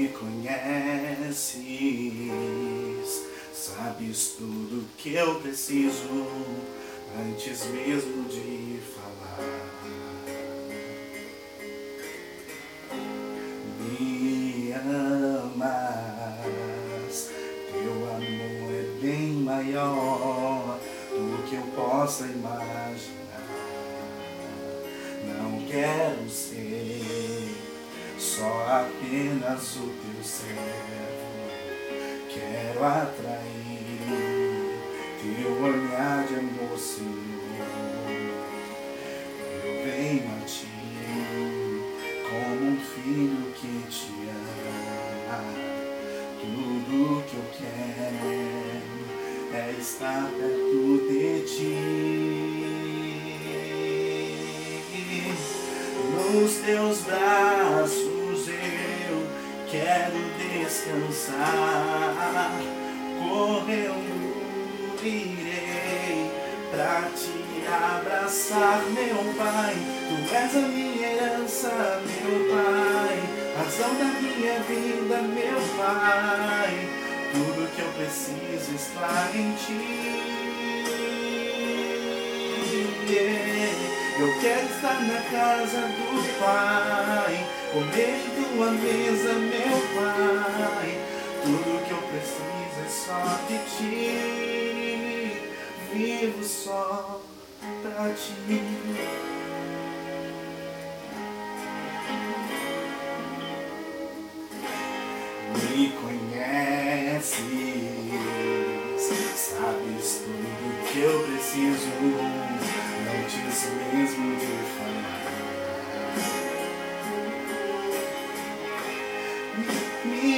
Me conheces, sabes tudo que eu preciso antes mesmo de falar. Me amas, teu amor é bem maior do que eu possa imaginar. Não quero ser só apenas o teu servo, quero atrair teu olhar de amor, Senhor. Eu venho a ti como um filho que te ama. Tudo que eu quero é estar perto de ti. Nos teus braços eu quero descansar. Correndo irei pra te abraçar, meu Pai. Tu és a minha herança, meu Pai, razão da minha vida, meu Pai. Tudo que eu preciso está em ti. Eu quero estar na casa do Pai, comer em tua mesa, meu Pai. Tudo que eu preciso é só de ti. Vivo só pra ti. Me conheces, sabes tudo que eu preciso antes mesmo de falar. Me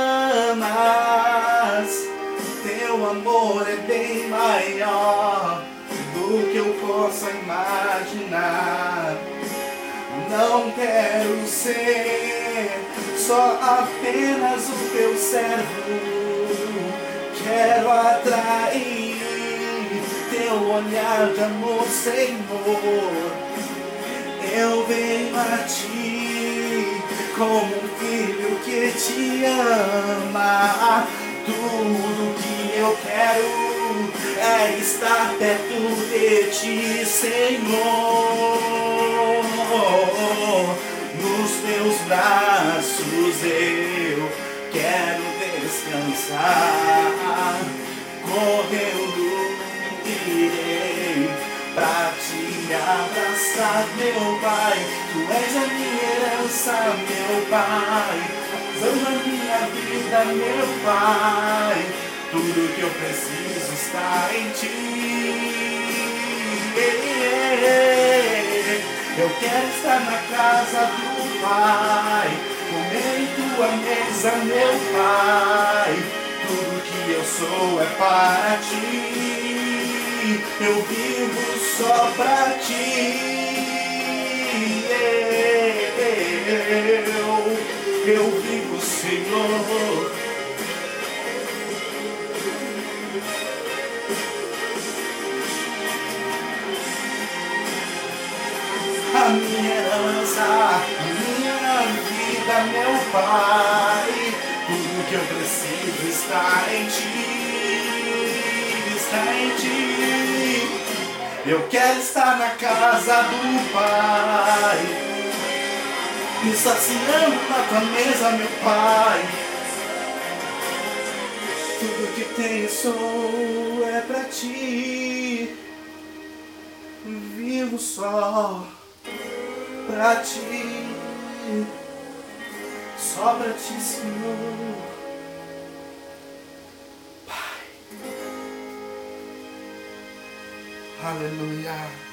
amas, teu amor é bem maior do que eu possa imaginar. Não quero ser só apenas o teu servo, quero atrair teu olhar de amor, Senhor. Eu venho a ti como um filho que te ama. Tudo que eu quero é estar perto de ti, Senhor. Nos teus braços eu quero descansar. Correndo irei pra te abraçar, meu Pai. Tu és a minha herança, meu Pai, razão da minha vida, meu Pai. Tudo que eu preciso está em ti. Eu quero estar na casa do Pai, comer em tua mesa, meu Pai. Tudo que eu sou é para ti. Eu vivo só pra ti. Eu vivo, Senhor. A minha herança, a minha vida, meu Pai. Tudo que eu preciso está em ti, está em ti. Eu quero estar na casa do Pai, me saciando na tua mesa, meu Pai. Tudo que tenho sou é pra ti. Vivo só pra ti, só pra ti, Senhor. Pai. Aleluia.